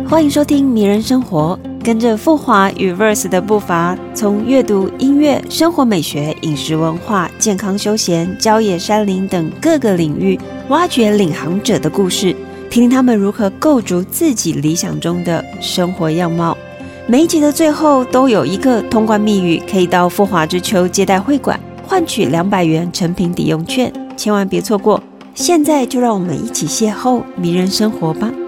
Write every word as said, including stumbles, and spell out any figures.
欢迎收听迷人生活，跟着富华与 Verse 的步伐，从阅读、音乐、生活美学、饮食文化、健康休闲、郊野山林等各个领域，挖掘领航者的故事，听听他们如何构筑自己理想中的生活样貌。每一集的最后都有一个通关密语，可以到富华之秋接待会馆换取两百元成品抵用券，千万别错过！现在就让我们一起邂逅迷人生活吧。